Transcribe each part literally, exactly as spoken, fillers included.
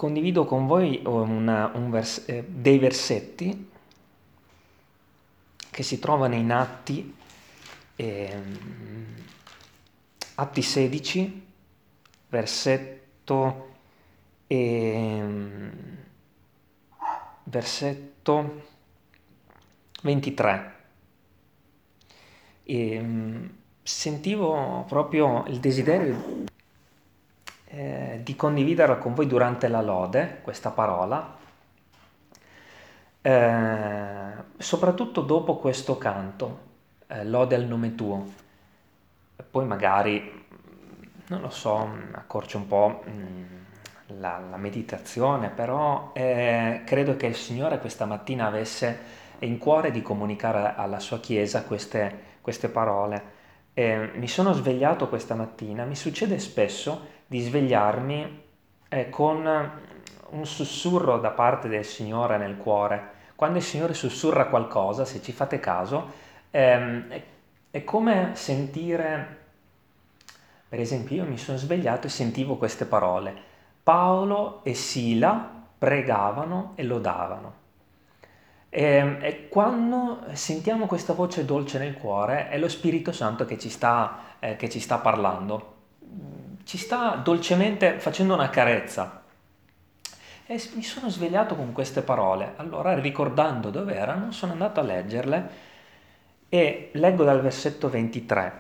condivido con voi una- un vers- eh, dei versetti che si trovano in Atti, ehm, Atti sedici, versetto, ehm, versetto ventitré. E, mm, sentivo proprio il desiderio eh, di condividerla con voi durante la lode, questa parola, eh, soprattutto dopo questo canto, eh, lode al nome tuo. E poi magari, non lo so, accorcio un po' mh, la, la meditazione, però eh, credo che il Signore questa mattina avesse in cuore di comunicare alla sua Chiesa queste, queste parole. Eh, mi sono svegliato questa mattina, mi succede spesso di svegliarmi eh, con un sussurro da parte del Signore nel cuore. Quando il Signore sussurra qualcosa, se ci fate caso, ehm, è, è come sentire, per esempio, io mi sono svegliato e sentivo queste parole: Paolo e Sila pregavano e lodavano. E, e quando sentiamo questa voce dolce nel cuore, è lo Spirito Santo che ci sta, eh, che ci sta parlando, ci sta dolcemente facendo una carezza. E s- mi sono svegliato con queste parole. Allora, ricordando dove erano, sono andato a leggerle e leggo dal versetto ventitré.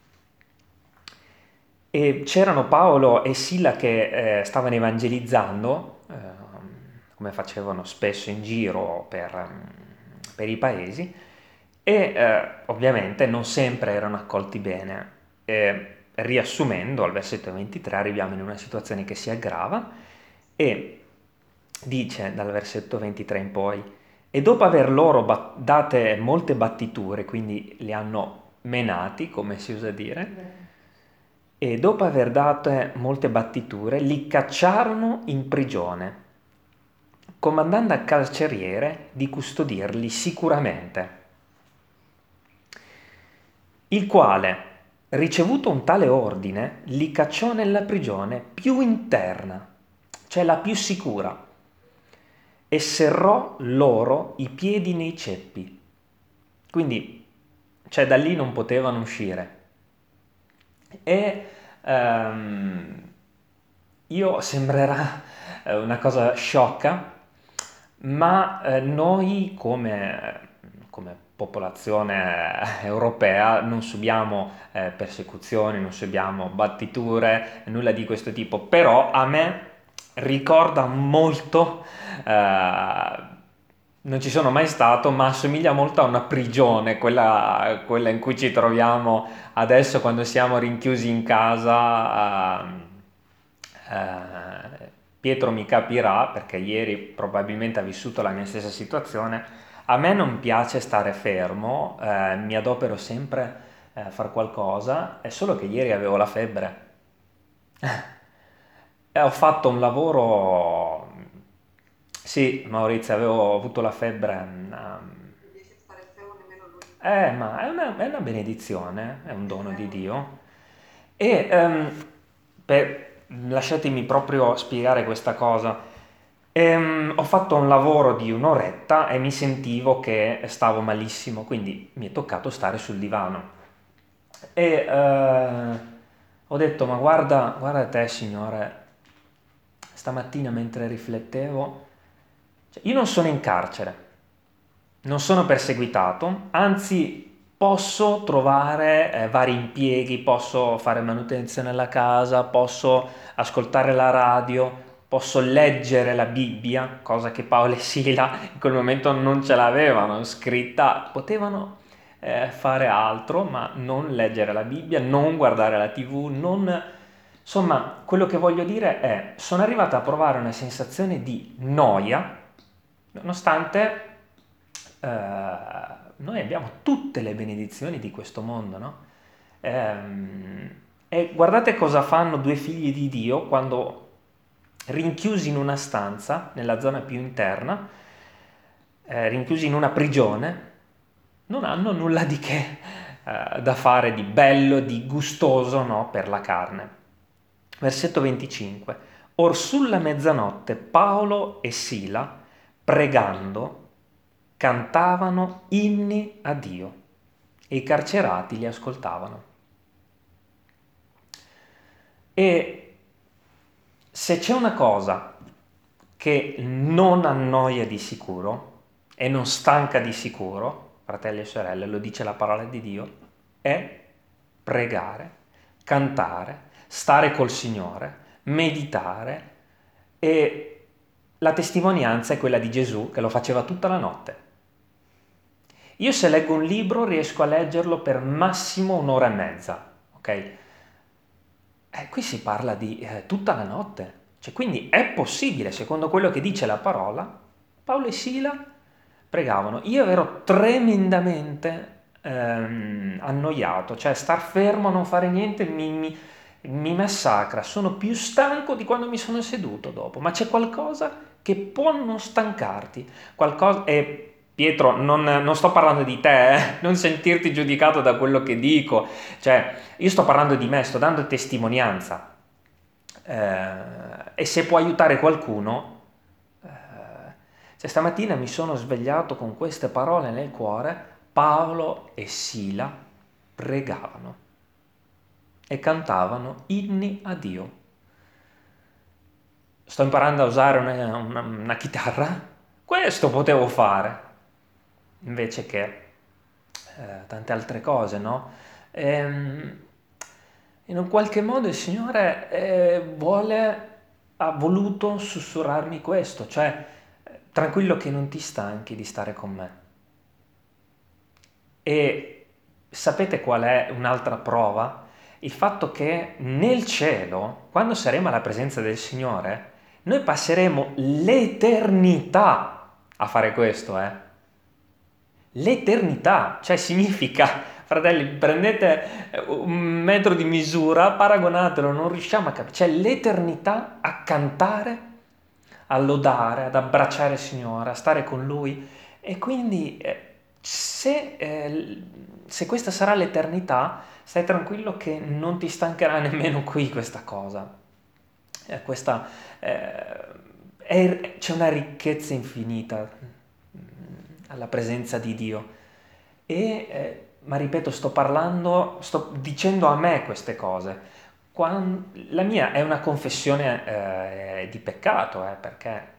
E c'erano Paolo e Sila che eh, stavano evangelizzando, ehm, come facevano spesso in giro per, ehm, per i paesi, e eh, ovviamente non sempre erano accolti bene. E, riassumendo, al versetto ventitré arriviamo in una situazione che si aggrava e dice dal versetto ventitré in poi: e dopo aver loro bat- date molte battiture, quindi li hanno menati, come si usa dire, e dopo aver date molte battiture, li cacciarono in prigione, comandando al carceriere di custodirli sicuramente, il quale, ricevuto un tale ordine, li cacciò nella prigione più interna, cioè la più sicura, e serrò loro i piedi nei ceppi. Quindi, cioè da lì non potevano uscire. E ehm, io sembrerà eh, una cosa sciocca, ma eh, noi come, come popolazione europea non subiamo eh, persecuzioni, non subiamo battiture, nulla di questo tipo, però a me ricorda molto, eh, non ci sono mai stato, ma assomiglia molto a una prigione, quella, quella in cui ci troviamo adesso quando siamo rinchiusi in casa. ehm, eh, Pietro mi capirà perché ieri probabilmente ha vissuto la mia stessa situazione. A me non piace stare fermo, eh, mi adopero sempre eh, a fare qualcosa, è solo che ieri avevo la febbre. E ho fatto un lavoro. Sì, Maurizio, avevo avuto la febbre. mm, Eh, ma è una, è una benedizione, è un dono di Dio. E ehm, per- lasciatemi proprio spiegare questa cosa. Ehm, ho fatto un lavoro di un'oretta e mi sentivo che stavo malissimo, quindi mi è toccato stare sul divano. E eh, ho detto, ma guarda, guarda te, Signore, stamattina mentre riflettevo, cioè, io non sono in carcere, non sono perseguitato, anzi posso trovare eh, vari impieghi, posso fare manutenzione alla casa, posso ascoltare la radio, posso leggere la Bibbia, cosa che Paolo e Sila in quel momento non ce l'avevano scritta, potevano eh, fare altro, ma non leggere la Bibbia, non guardare la T V, non. Insomma, quello che voglio dire è, sono arrivato a provare una sensazione di noia, nonostante eh, noi abbiamo tutte le benedizioni di questo mondo, no? Ehm, e guardate cosa fanno due figli di Dio quando rinchiusi in una stanza, nella zona più interna, eh, rinchiusi in una prigione, non hanno nulla di che eh, da fare di bello, di gustoso, no, per la carne. Versetto venticinque. Or sulla mezzanotte Paolo e Sila, pregando, cantavano inni a Dio e i carcerati li ascoltavano. E se c'è una cosa che non annoia di sicuro e non stanca di sicuro, fratelli e sorelle, lo dice la parola di Dio, è pregare, cantare, stare col Signore, meditare. E la testimonianza è quella di Gesù, che lo faceva tutta la notte. Io se leggo un libro riesco a leggerlo per massimo un'ora e mezza, ok? Eh, qui si parla di eh, tutta la notte, cioè, quindi è possibile, secondo quello che dice la parola, Paolo e Sila pregavano. Io ero tremendamente ehm, annoiato, cioè star fermo, non fare niente mi, mi, mi massacra, sono più stanco di quando mi sono seduto dopo, ma c'è qualcosa che può non stancarti, qualcosa... E Pietro, non, non sto parlando di te, eh? Non sentirti giudicato da quello che dico, cioè io sto parlando di me, sto dando testimonianza. Eh, e se può aiutare qualcuno, eh, cioè stamattina mi sono svegliato con queste parole nel cuore: Paolo e Sila pregavano e cantavano inni a Dio. Sto imparando a usare una, una, una chitarra, questo potevo fare, invece che eh, tante altre cose, no? Ehm, in un qualche modo il Signore eh, vuole, ha voluto sussurrarmi questo, cioè eh, tranquillo che non ti stanchi di stare con me. E sapete qual è un'altra prova? Il fatto che nel cielo, quando saremo alla presenza del Signore, noi passeremo l'eternità a fare questo, eh? L'eternità, cioè significa, fratelli, prendete un metro di misura, paragonatelo, non riusciamo a capire, c'è l'eternità a cantare, a lodare, ad abbracciare il Signore, a stare con Lui. E quindi eh, se, eh, se questa sarà l'eternità, stai tranquillo che non ti stancherà nemmeno qui questa cosa. Eh, questa, eh, è- c'è una ricchezza infinita mm, alla presenza di Dio. E, eh, ma ripeto, sto parlando, sto dicendo a me queste cose. Quan- la mia è una confessione eh, di peccato, eh, perché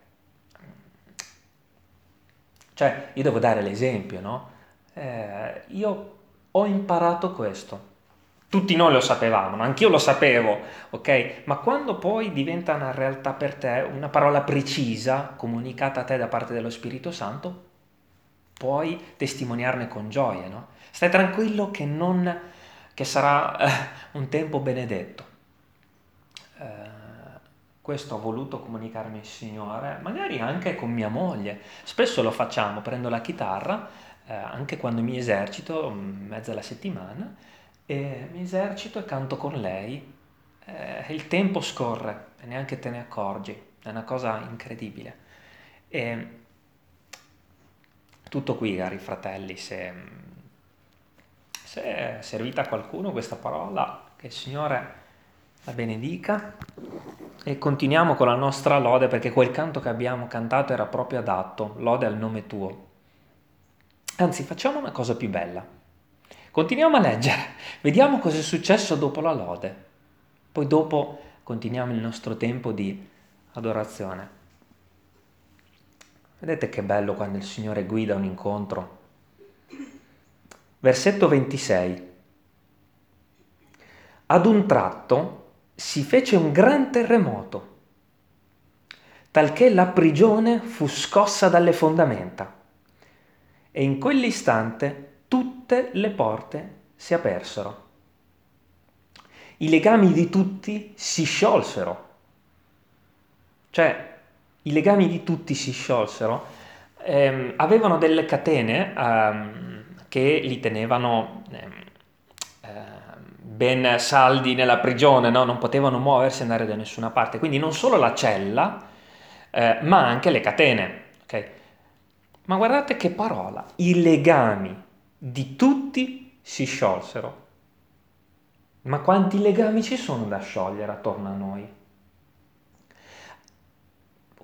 cioè io devo dare l'esempio, no? Eh, io ho imparato questo. Tutti noi lo sapevamo, ma anch'io lo sapevo, ok? Ma quando poi diventa una realtà per te, una parola precisa, comunicata a te da parte dello Spirito Santo, puoi testimoniarne con gioia, no? Stai tranquillo che non, che sarà eh, un tempo benedetto. Eh, questo ha voluto comunicarmi il Signore, magari anche con mia moglie. Spesso lo facciamo, prendo la chitarra, eh, anche quando mi esercito, in mezzo alla settimana, e mi esercito e canto con lei. Eh, il tempo scorre e neanche te ne accorgi, è una cosa incredibile. E tutto qui, cari fratelli, se, se è servita a qualcuno questa parola, che il Signore la benedica. E continuiamo con la nostra lode, perché quel canto che abbiamo cantato era proprio adatto, lode al nome tuo. Anzi, facciamo una cosa più bella. Continuiamo a leggere, vediamo cosa è successo dopo la lode. Poi dopo continuiamo il nostro tempo di adorazione. Vedete che bello quando il Signore guida un incontro. Versetto ventisei. Ad un tratto si fece un gran terremoto, talché la prigione fu scossa dalle fondamenta, e in quell'istante tutte le porte si apersero. I legami di tutti si sciolsero, cioè i legami di tutti si sciolsero, ehm, avevano delle catene ehm, che li tenevano ehm, ehm, ben saldi nella prigione, no? Non potevano muoversi e andare da nessuna parte, quindi non solo la cella, eh, ma anche le catene, ok? Ma guardate che parola, i legami di tutti si sciolsero. Ma quanti legami ci sono da sciogliere attorno a noi?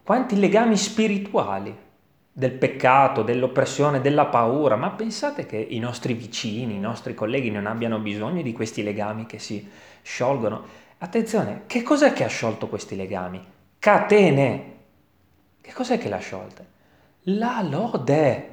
quanti legami spirituali del peccato, dell'oppressione, della paura, ma pensate che i nostri vicini, i nostri colleghi non abbiano bisogno di questi legami che si sciolgono? Attenzione, che cos'è che ha sciolto questi legami? Catene! Che cos'è che l'ha sciolte? La lode!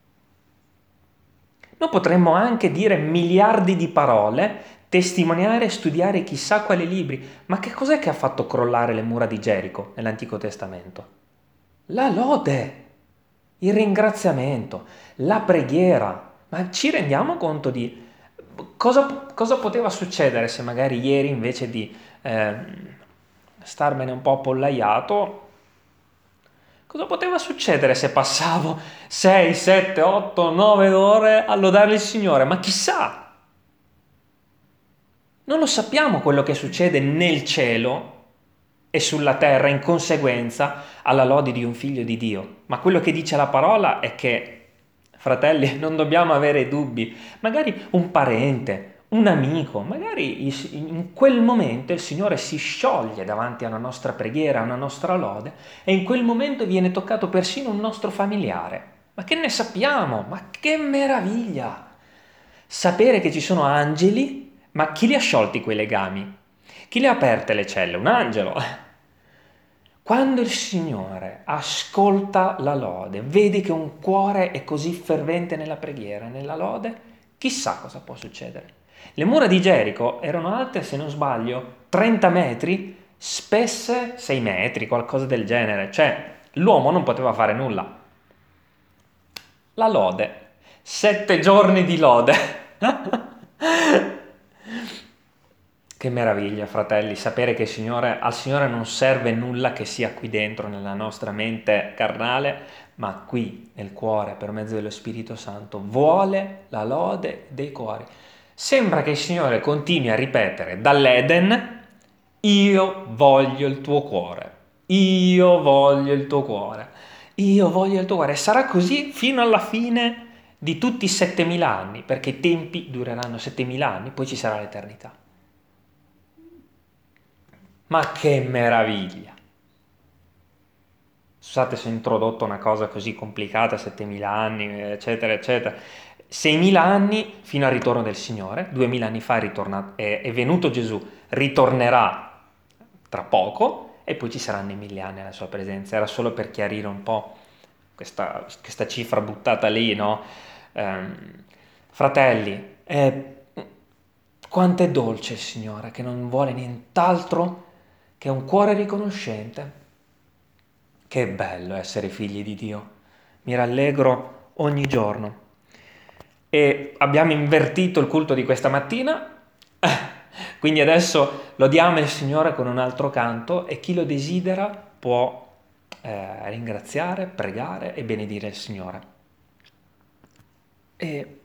Noi potremmo anche dire miliardi di parole, testimoniare e studiare chissà quali libri, ma che cos'è che ha fatto crollare le mura di Gerico nell'Antico Testamento? La lode, il ringraziamento, la preghiera. Ma ci rendiamo conto di cosa, cosa poteva succedere se magari ieri invece di eh, starmene un po' appollaiato, cosa poteva succedere se passavo sei, sette, otto, nove ore a lodare il Signore? Ma chissà! Non lo sappiamo quello che succede nel cielo e sulla terra in conseguenza alla lode di un figlio di Dio. Ma quello che dice la parola è che, fratelli, non dobbiamo avere dubbi. Magari un parente, un amico, magari in quel momento il Signore si scioglie davanti a una nostra preghiera, a una nostra lode, e in quel momento viene toccato persino un nostro familiare. Ma che ne sappiamo? Ma che meraviglia! Sapere che ci sono angeli, ma chi li ha sciolti quei legami? Chi le ha aperte le celle? Un angelo. Quando il Signore ascolta la lode, vedi che un cuore è così fervente nella preghiera, nella lode, chissà cosa può succedere. Le mura di Gerico erano alte, se non sbaglio, trenta metri, spesse sei metri, qualcosa del genere. Cioè, l'uomo non poteva fare nulla. La lode. Sette giorni di lode. Che meraviglia, fratelli, sapere che il Signore, al Signore non serve nulla che sia qui dentro nella nostra mente carnale, ma qui nel cuore, per mezzo dello Spirito Santo, vuole la lode dei cuori. Sembra che il Signore continui a ripetere dall'Eden: io voglio il tuo cuore, io voglio il tuo cuore, io voglio il tuo cuore. E sarà così fino alla fine di tutti i settemila anni, perché i tempi dureranno settemila anni, poi ci sarà l'eternità. Ma che meraviglia! Scusate se ho introdotto una cosa così complicata, settemila anni, eccetera, eccetera. seimila anni fino al ritorno del Signore, duemila anni fa è, ritornato, è, è venuto Gesù, ritornerà tra poco e poi ci saranno i mille anni alla sua presenza. Era solo per chiarire un po' questa, questa cifra buttata lì, no? Ehm, fratelli, eh, quanto è dolce il Signore, che non vuole nient'altro che un cuore riconoscente. Che bello essere figli di Dio, mi rallegro ogni giorno. E abbiamo invertito il culto di questa mattina, quindi adesso lodiamo il Signore con un altro canto e chi lo desidera può eh, ringraziare, pregare e benedire il Signore. E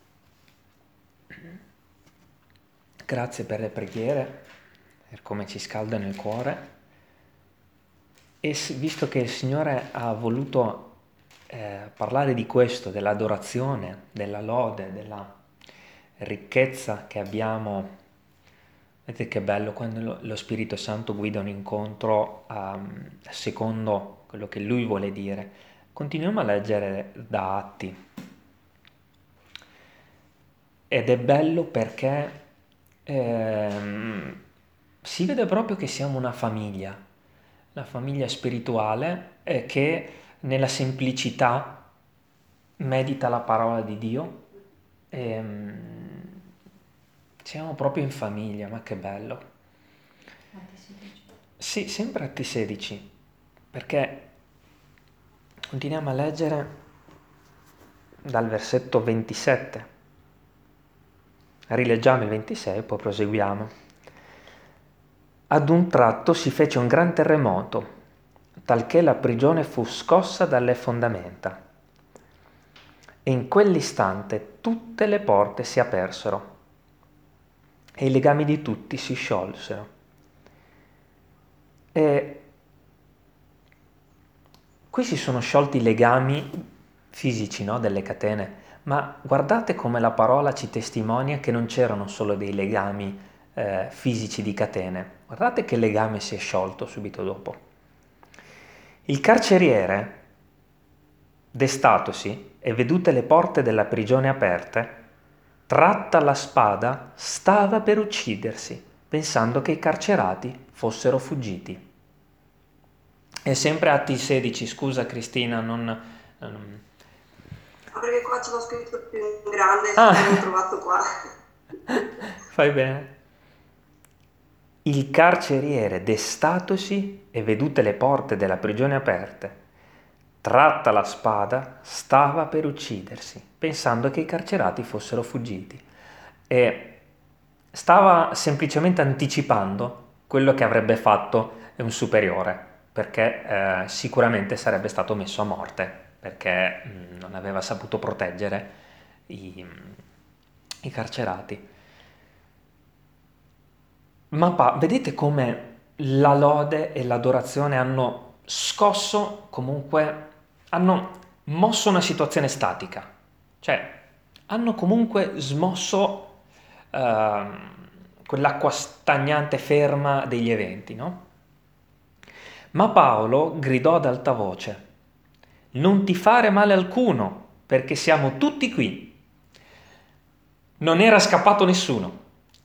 grazie per le preghiere, per come ci scaldano il cuore. E visto che il Signore ha voluto eh, parlare di questo, dell'adorazione, della lode, della ricchezza che abbiamo, vedete che bello quando lo, lo Spirito Santo guida un incontro um, secondo quello che Lui vuole dire. Continuiamo a leggere da Atti. Ed è bello perché ehm, si vede proprio che siamo una famiglia. La famiglia spirituale è che nella semplicità medita la parola di Dio e um, siamo proprio in famiglia, ma che bello. Atti sedici. Sì, sempre Atti sedici, perché continuiamo a leggere dal versetto ventisette. Rileggiamo il ventisei e poi proseguiamo. Ad un tratto si fece un gran terremoto, talché la prigione fu scossa dalle fondamenta. E in quell'istante tutte le porte si apersero e i legami di tutti si sciolsero. E qui si sono sciolti i legami fisici, no, delle catene, ma guardate come la parola ci testimonia che non c'erano solo dei legami eh, fisici di catene. Guardate che legame si è sciolto subito dopo. Il carceriere, destatosi e vedute le porte della prigione aperte, tratta la spada, stava per uccidersi, pensando che i carcerati fossero fuggiti. È sempre Atti sedici, scusa Cristina, non... ehm, Ma perché qua ce l'ho scritto più in grande, Ah, se l'ho trovato qua. fai bene. Il carceriere, destatosi e vedute le porte della prigione aperte, tratta la spada, stava per uccidersi, pensando che i carcerati fossero fuggiti. E stava semplicemente anticipando quello che avrebbe fatto un superiore, perché eh, sicuramente sarebbe stato messo a morte, perché mh, non aveva saputo proteggere i, i carcerati. Ma pa- vedete come la lode e l'adorazione hanno scosso, comunque, hanno mosso una situazione statica, cioè hanno comunque smosso ehm, quell'acqua stagnante ferma degli eventi, no? Ma Paolo gridò ad alta voce: non ti fare male alcuno, perché siamo tutti qui. Non era scappato nessuno.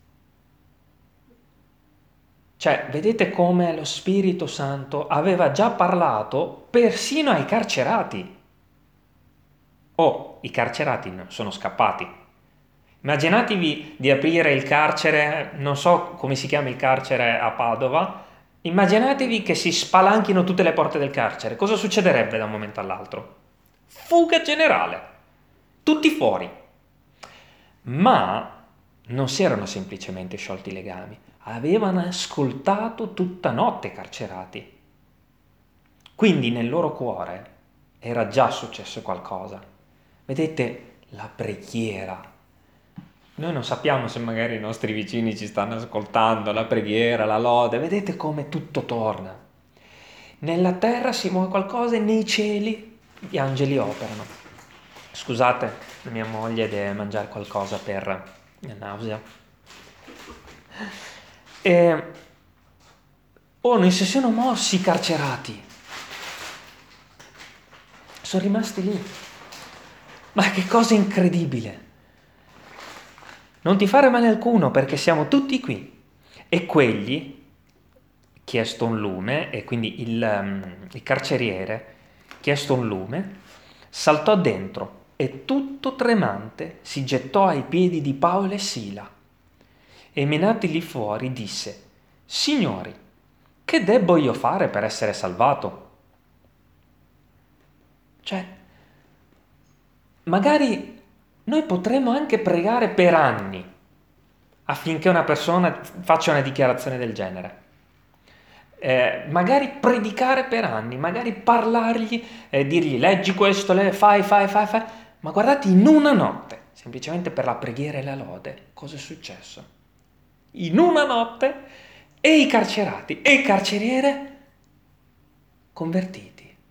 Cioè, vedete come lo Spirito Santo aveva già parlato persino ai carcerati. Oh, i carcerati non sono scappati. Immaginatevi di aprire il carcere, non so come si chiama il carcere a Padova, immaginatevi che si spalanchino tutte le porte del carcere. Cosa succederebbe da un momento all'altro? Fuga generale. Tutti fuori. Ma non si erano semplicemente sciolti i legami, avevano ascoltato tutta notte i carcerati. Quindi nel loro cuore era già successo qualcosa. Vedete la preghiera. Noi non sappiamo se magari i nostri vicini ci stanno ascoltando, la preghiera, la lode. Vedete come tutto torna. Nella terra si muove qualcosa e nei cieli gli angeli operano. Scusate, mia moglie deve mangiare qualcosa per la nausea. E... Oh, non si sono mossi i carcerati. Sono rimasti lì. Ma che cosa incredibile. Non ti fare male alcuno perché siamo tutti qui. E quegli, chiesto un lume, e quindi il, um, il carceriere, chiesto un lume, saltò dentro e tutto tremante si gettò ai piedi di Paolo e Sila. E menatili fuori disse: Signori, che debbo io fare per essere salvato? Cioè, magari noi potremmo anche pregare per anni affinché una persona faccia una dichiarazione del genere. Eh, magari predicare per anni, magari parlargli, eh, dirgli leggi questo, le, fai, fai, fai, fai. Ma guardate, in una notte, semplicemente per la preghiera e la lode, cosa è successo? In una notte, e i carcerati e il carceriere convertiti.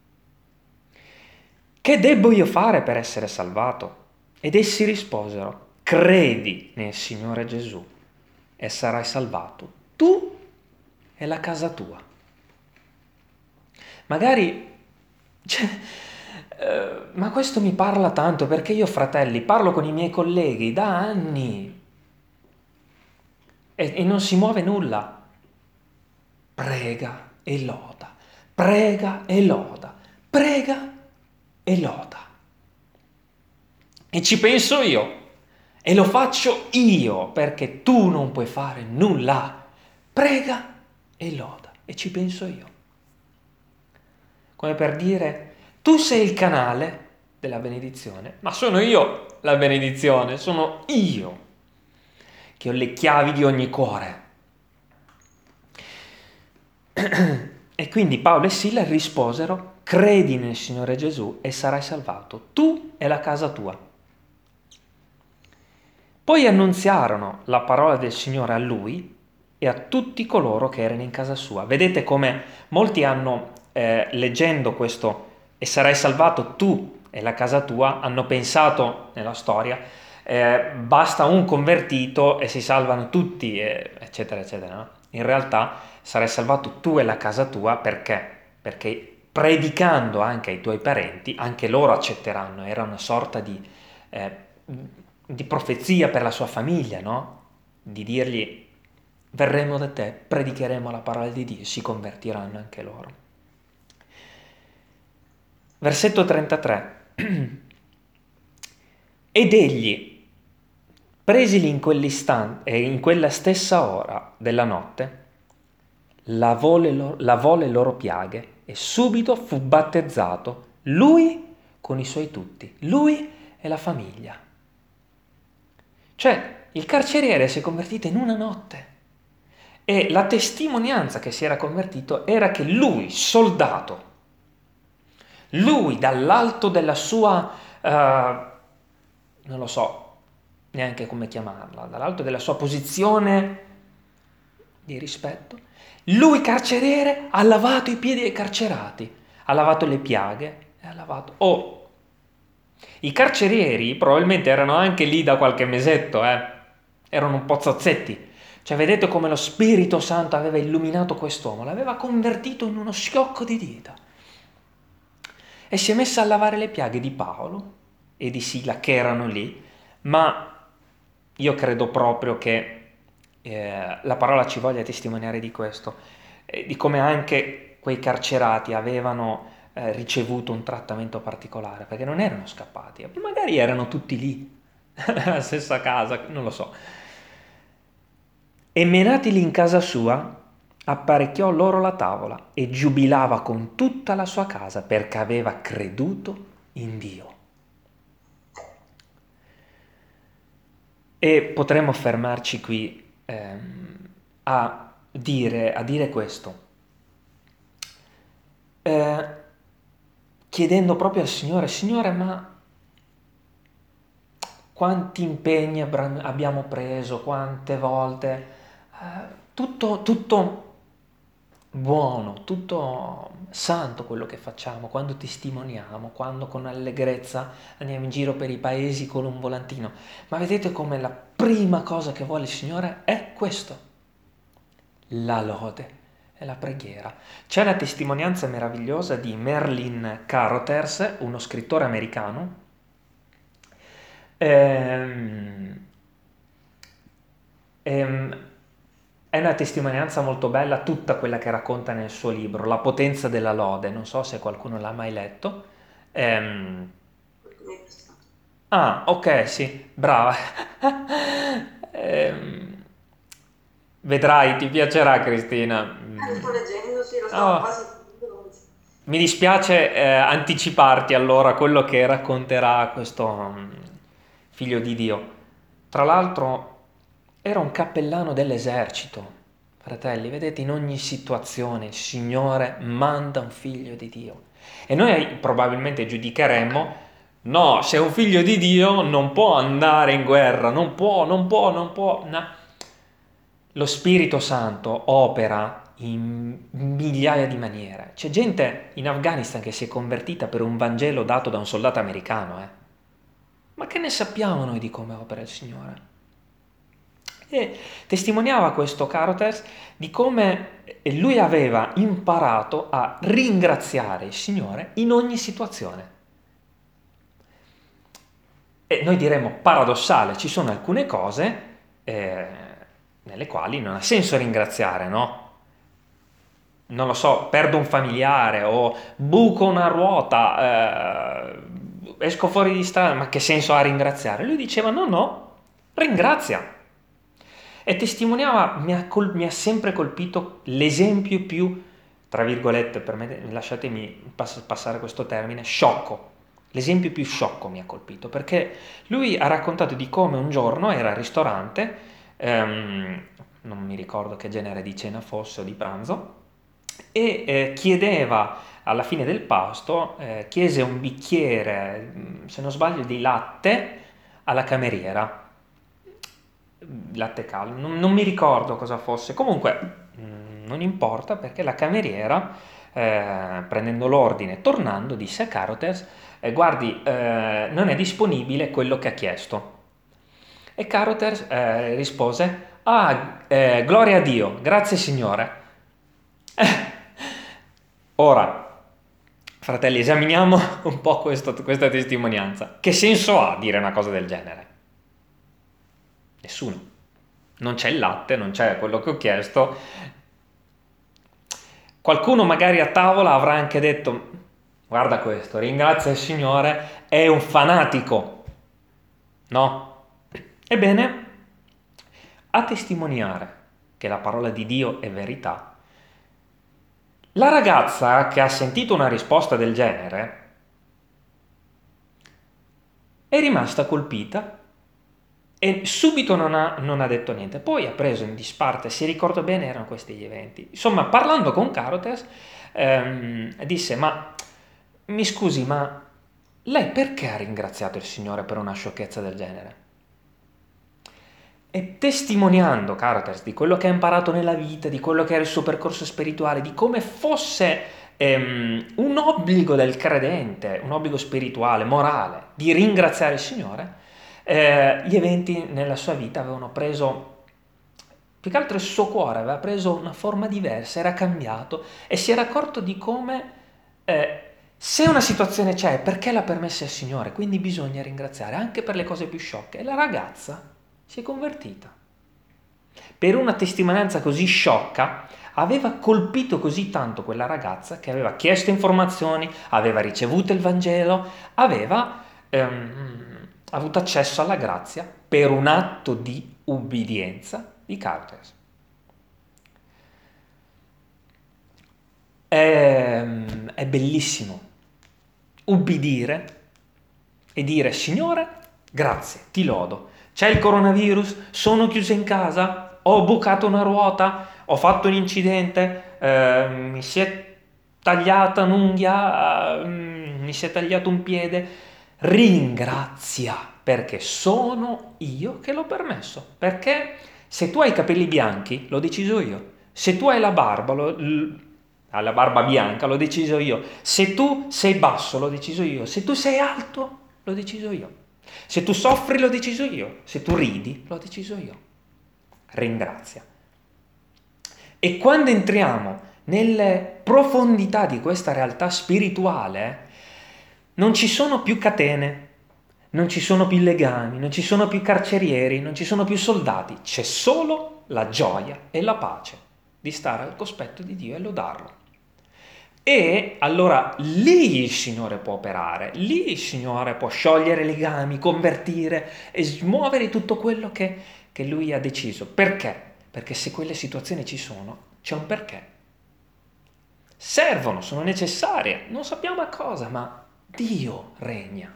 Che debbo io fare per essere salvato? Ed essi risposero: credi nel Signore Gesù e sarai salvato, tu e la casa tua. Magari, cioè, eh, ma questo mi parla tanto perché io, fratelli, parlo con i miei colleghi da anni e, e non si muove nulla. Prega e loda, prega e loda, prega e loda. E ci penso io e lo faccio io perché tu non puoi fare nulla. Prega e loda e ci penso io. Come per dire, tu sei il canale della benedizione, ma sono io la benedizione, sono io che ho le chiavi di ogni cuore. E quindi Paolo e Sila risposero: credi nel Signore Gesù e sarai salvato, tu e la casa tua. Poi annunziarono la parola del Signore a lui e a tutti coloro che erano in casa sua. Vedete come molti hanno, eh, leggendo questo e sarai salvato tu e la casa tua, hanno pensato nella storia, eh, basta un convertito e si salvano tutti, eh, eccetera, eccetera. No? In realtà sarai salvato tu e la casa tua perché? Perché predicando anche ai tuoi parenti, anche loro accetteranno. Era una sorta di, eh, di profezia per la sua famiglia, no? Di dirgli: verremo da te, predicheremo la parola di Dio, si convertiranno anche loro. Versetto trentatré. Ed egli, presili in quell'istante e in quella stessa ora della notte, lavò le, loro, lavò le loro piaghe e subito fu battezzato, lui con i suoi tutti, lui e la famiglia. Cioè, il carceriere si è convertito in una notte. E la testimonianza che si era convertito era che lui, soldato, lui dall'alto della sua, uh, non lo so neanche come chiamarla, dall'alto della sua posizione di rispetto, lui carceriere ha lavato i piedi ai carcerati, ha lavato le piaghe e ha lavato... Oh, i carcerieri probabilmente erano anche lì da qualche mesetto, eh? Erano un po' zozzetti. Cioè, vedete come lo Spirito Santo aveva illuminato quest'uomo, l'aveva convertito in uno schiocco di dita. E si è messa a lavare le piaghe di Paolo e di Sila che erano lì, ma io credo proprio che eh, la parola ci voglia testimoniare di questo, eh, di come anche quei carcerati avevano eh, ricevuto un trattamento particolare, perché non erano scappati, magari erano tutti lì, nella stessa casa, non lo so. E menatili in casa sua, apparecchiò loro la tavola e giubilava con tutta la sua casa perché aveva creduto in Dio. E potremmo fermarci qui ehm, a, dire, a dire questo, eh, chiedendo proprio al Signore: Signore, ma quanti impegni abbiamo preso, quante volte, eh, tutto, tutto buono, tutto santo quello che facciamo, quando testimoniamo, quando con allegrezza andiamo in giro per i paesi con un volantino. Ma vedete come la prima cosa che vuole il Signore è questo: la lode e la preghiera. C'è una testimonianza meravigliosa di Merlin Carothers, uno scrittore americano. Ehm, ehm, È una testimonianza molto bella, tutta quella che racconta nel suo libro, La potenza della lode. Non so se qualcuno l'ha mai letto. Ehm... Ah, ok, sì, brava. ehm... Vedrai, ti piacerà, Cristina. Eh, lo sto leggendo, sì, lo sto Oh. quasi... Mi dispiace eh, anticiparti allora quello che racconterà questo um, figlio di Dio. Tra l'altro era un cappellano dell'esercito, fratelli, vedete, in ogni situazione il Signore manda un figlio di Dio. E noi probabilmente giudicheremmo: no, se è un figlio di Dio non può andare in guerra, non può, non può, non può. No. Lo Spirito Santo opera in migliaia di maniere. C'è gente in Afghanistan che si è convertita per un Vangelo dato da un soldato americano, eh. Ma che ne sappiamo noi di come opera il Signore? E testimoniava questo Carothers di come lui aveva imparato a ringraziare il Signore in ogni situazione. E noi diremmo paradossale, ci sono alcune cose eh, nelle quali non ha senso ringraziare, no? Non lo so, perdo un familiare o buco una ruota, eh, esco fuori di strada, ma che senso ha ringraziare? Lui diceva: no, no, ringrazia. E testimoniava, mi ha, col, mi ha sempre colpito l'esempio più, tra virgolette, per me, lasciatemi pass- passare questo termine, sciocco. L'esempio più sciocco mi ha colpito, perché lui ha raccontato di come un giorno era al ristorante, ehm, non mi ricordo che genere di cena fosse o di pranzo, e eh, chiedeva alla fine del pasto, eh, chiese un bicchiere, se non sbaglio, di latte alla cameriera. Latte caldo, non, non mi ricordo cosa fosse, comunque mh, non importa, perché la cameriera, eh, prendendo l'ordine, tornando, disse a Carothers: eh, guardi, eh, non è disponibile quello che ha chiesto. E Carothers eh, rispose: ah, eh, gloria a Dio, grazie Signore. Ora, fratelli, esaminiamo un po' questo, questa testimonianza. Che senso ha dire una cosa del genere? Nessuno. Non c'è il latte, non c'è quello che ho chiesto. Qualcuno magari a tavola avrà anche detto: guarda questo, ringrazia il Signore, è un fanatico. No? Ebbene, a testimoniare che la parola di Dio è verità, la ragazza che ha sentito una risposta del genere è rimasta colpita e subito non ha, non ha detto niente. Poi ha preso in disparte, se ricordo bene erano questi gli eventi. Insomma, parlando con Carotes, ehm, disse: ma mi scusi, ma lei perché ha ringraziato il Signore per una sciocchezza del genere? E testimoniando Carotes di quello che ha imparato nella vita, di quello che era il suo percorso spirituale, di come fosse ehm, un obbligo del credente, un obbligo spirituale, morale, di ringraziare il Signore, eh, gli eventi nella sua vita avevano preso, più che altro il suo cuore aveva preso una forma diversa, era cambiato e si era accorto di come eh, se una situazione c'è, perché l'ha permessa il Signore, quindi bisogna ringraziare anche per le cose più sciocche. E la ragazza si è convertita. Per una testimonianza così sciocca, aveva colpito così tanto quella ragazza che aveva chiesto informazioni, aveva ricevuto il Vangelo, aveva ehm, avuto accesso alla grazia per un atto di ubbidienza di Carotes. È, è bellissimo ubbidire e dire: Signore, grazie, ti lodo. C'è il coronavirus, sono chiuso in casa, ho bucato una ruota, ho fatto un incidente, eh, mi si è tagliata un'unghia, eh, mi si è tagliato un piede. Ringrazia, perché sono io che l'ho permesso. Perché se tu hai i capelli bianchi, l'ho deciso io. Se tu hai la barba, lo, l- la barba bianca, l'ho deciso io. Se tu sei basso, l'ho deciso io. Se tu sei alto, l'ho deciso io. Se tu soffri, l'ho deciso io. Se tu ridi, l'ho deciso io. Ringrazia. E quando entriamo nelle profondità di questa realtà spirituale, non ci sono più catene, non ci sono più legami, non ci sono più carcerieri, non ci sono più soldati, c'è solo la gioia e la pace di stare al cospetto di Dio e lodarlo. E allora lì il Signore può operare, lì il Signore può sciogliere legami, convertire e smuovere tutto quello che, che Lui ha deciso. Perché? Perché se quelle situazioni ci sono, c'è un perché. Servono, sono necessarie, non sappiamo a cosa, ma Dio regna.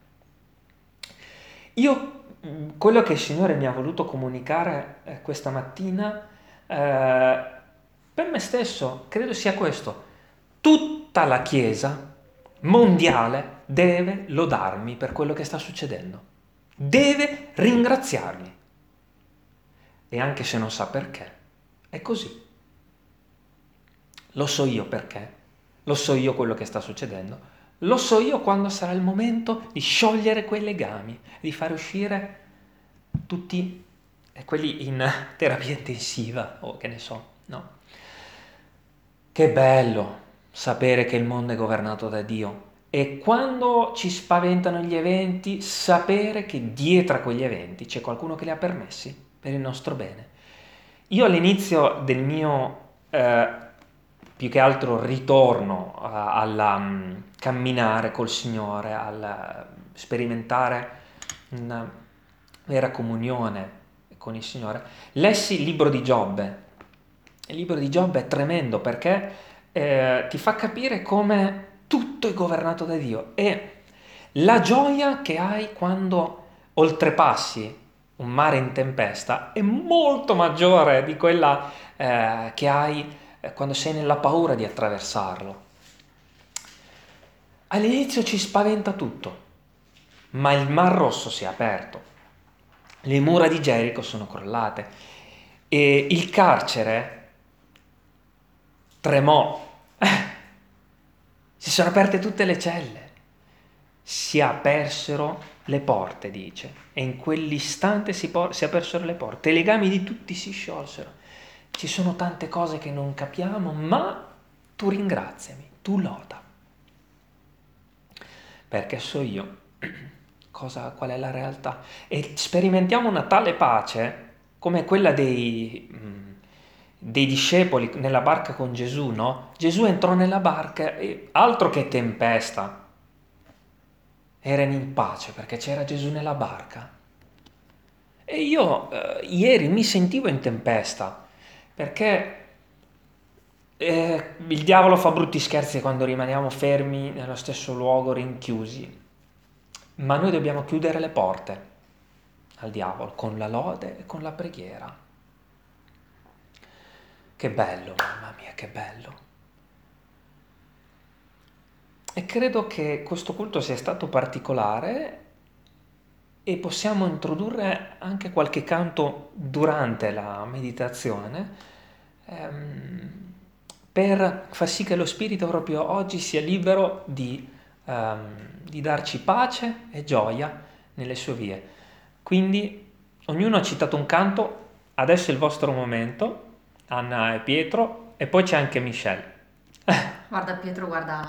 Io, quello che il Signore mi ha voluto comunicare eh, questa mattina, eh, per me stesso, credo sia questo. Tutta la Chiesa mondiale deve lodarmi per quello che sta succedendo. Deve ringraziarmi. E anche se non sa perché, è così. Lo so io perché, lo so io quello che sta succedendo, lo so io quando sarà il momento di sciogliere quei legami, di fare uscire tutti quelli in terapia intensiva o che ne so, no? Che bello sapere che il mondo è governato da Dio e quando ci spaventano gli eventi, sapere che dietro a quegli eventi c'è qualcuno che li ha permessi per il nostro bene. Io all'inizio del mio eh, più che altro ritorno al camminare col Signore, al sperimentare una vera comunione con il Signore, lessi il libro di Giobbe. Il libro di Giobbe è tremendo perché eh, ti fa capire come tutto è governato da Dio e la gioia che hai quando oltrepassi un mare in tempesta è molto maggiore di quella eh, che hai eh, quando sei nella paura di attraversarlo. All'inizio ci spaventa tutto, ma il Mar Rosso si è aperto, le mura di Gerico sono crollate e il carcere tremò, si sono aperte tutte le celle, si apersero le porte, dice, e in quell'istante si, por- si apersero le porte, i legami di tutti si sciolsero. Ci sono tante cose che non capiamo, ma tu ringraziami, tu loda. perché so io cosa, qual è la realtà. E sperimentiamo una tale pace come quella dei, mh, dei discepoli nella barca con Gesù, no? Gesù entrò nella barca e altro che tempesta, erano in pace perché c'era Gesù nella barca. E io eh, ieri mi sentivo in tempesta perché eh, il diavolo fa brutti scherzi quando rimaniamo fermi nello stesso luogo, rinchiusi, ma noi dobbiamo chiudere le porte al diavolo con la lode e con la preghiera. Che bello, mamma mia, che bello. E credo che questo culto sia stato particolare e possiamo introdurre anche qualche canto durante la meditazione ehm, per far sì che lo spirito proprio oggi sia libero di, ehm, di darci pace e gioia nelle sue vie. Quindi ognuno ha citato un canto, adesso è il vostro momento, Anna e Pietro, e poi c'è anche Michelle. Guarda Pietro, guarda